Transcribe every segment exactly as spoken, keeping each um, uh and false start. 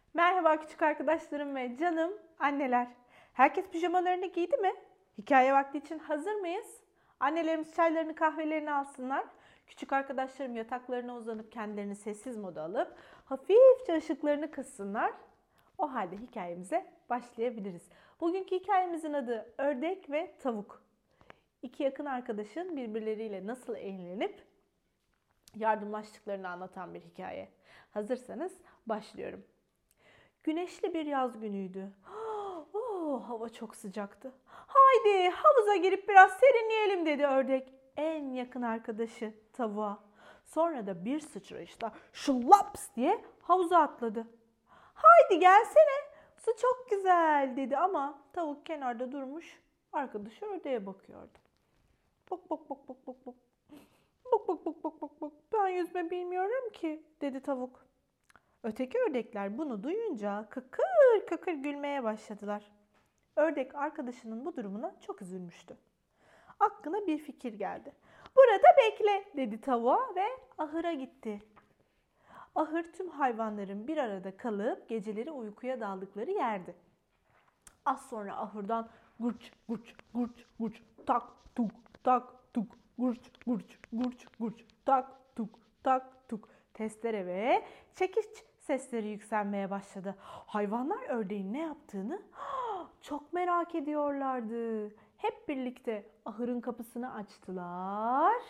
Merhaba küçük arkadaşlarım ve canım anneler. Herkes pijamalarını giydi mi? Hikaye vakti için hazır mıyız? Annelerimiz çaylarını kahvelerini alsınlar. Küçük arkadaşlarım yataklarına uzanıp kendilerini sessiz moda alıp hafifçe ışıklarını kıssınlar. O halde hikayemize başlayabiliriz. Bugünkü hikayemizin adı Ördek ve Tavuk. İki yakın arkadaşın birbirleriyle nasıl eğlenip yardımlaştıklarını anlatan bir hikaye. Hazırsanız başlıyorum. Güneşli bir yaz günüydü. Oh, hava çok sıcaktı. Haydi havuza girip biraz serinleyelim dedi ördek en yakın arkadaşı tavuğa. Sonra da bir sıçrayışla şıllaps diye havuza atladı. Haydi gelsene, su çok güzel dedi ama tavuk kenarda durmuş arkadaşı ördeğe bakıyordu. Bak bak bak bak bak bak. Bak bak bak bak bak bak. Ben yüzme bilmiyorum ki dedi tavuk. Öteki ördekler bunu duyunca kıkır kıkır gülmeye başladılar. Ördek arkadaşının bu durumuna çok üzülmüştü. Aklına bir fikir geldi. Burada bekle dedi tavuğa ve ahıra gitti. Ahır tüm hayvanların bir arada kalıp geceleri uykuya daldıkları yerdi. Az sonra ahırdan gurç gurç gurç gurç tak tuk tak tuk gurç gurç gurç gurç tak tuk tak tuk testere ve çekiç sesleri yükselmeye başladı. Hayvanlar ördeğin ne yaptığını çok merak ediyorlardı. Hep birlikte ahırın kapısını açtılar.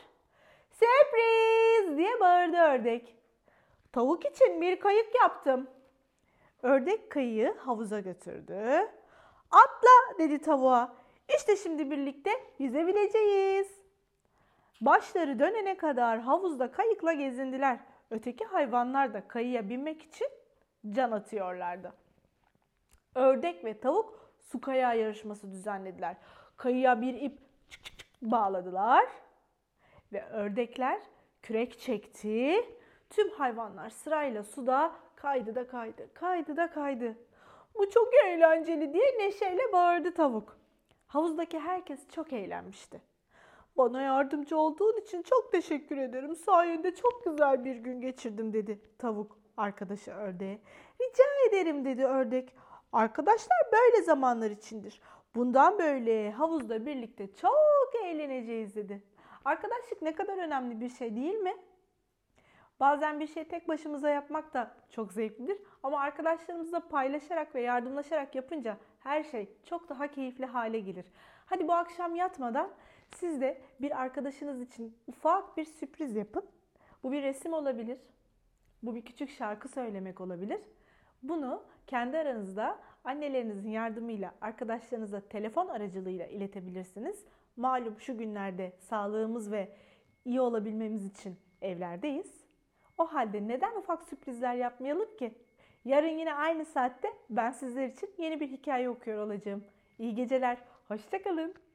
Sürpriz diye bağırdı ördek. Tavuk için bir kayık yaptım. Ördek kayığı havuza götürdü. Atla dedi tavuğa. İşte şimdi birlikte yüzebileceğiz. Başları dönene kadar havuzda kayıkla gezindiler. Öteki hayvanlar da kayıya binmek için can atıyorlardı. Ördek ve tavuk su kayağı yarışması düzenlediler. Kayıya bir ip çık çık çık bağladılar. Ve ördekler kürek çekti. Tüm hayvanlar sırayla suda kaydı da kaydı, kaydı da kaydı. Bu çok eğlenceli diye neşeyle bağırdı tavuk. Havuzdaki herkes çok eğlenmişti. Bana yardımcı olduğun için çok teşekkür ederim. Sayende çok güzel bir gün geçirdim dedi tavuk arkadaşı ördeğe. Rica ederim dedi ördek. Arkadaşlar böyle zamanlar içindir. Bundan böyle havuzda birlikte çok eğleneceğiz dedi. Arkadaşlık ne kadar önemli bir şey değil mi? Bazen bir şey tek başımıza yapmak da çok zevklidir. Ama arkadaşlarımızla paylaşarak ve yardımlaşarak yapınca her şey çok daha keyifli hale gelir. Hadi bu akşam yatmadan siz de bir arkadaşınız için ufak bir sürpriz yapın. Bu bir resim olabilir. Bu bir küçük şarkı söylemek olabilir. Bunu kendi aranızda annelerinizin yardımıyla arkadaşlarınıza telefon aracılığıyla iletebilirsiniz. Malum şu günlerde sağlığımız ve iyi olabilmemiz için evlerdeyiz. O halde neden ufak sürprizler yapmayalım ki? Yarın yine aynı saatte ben sizler için yeni bir hikaye okuyor olacağım. İyi geceler, hoşça kalın.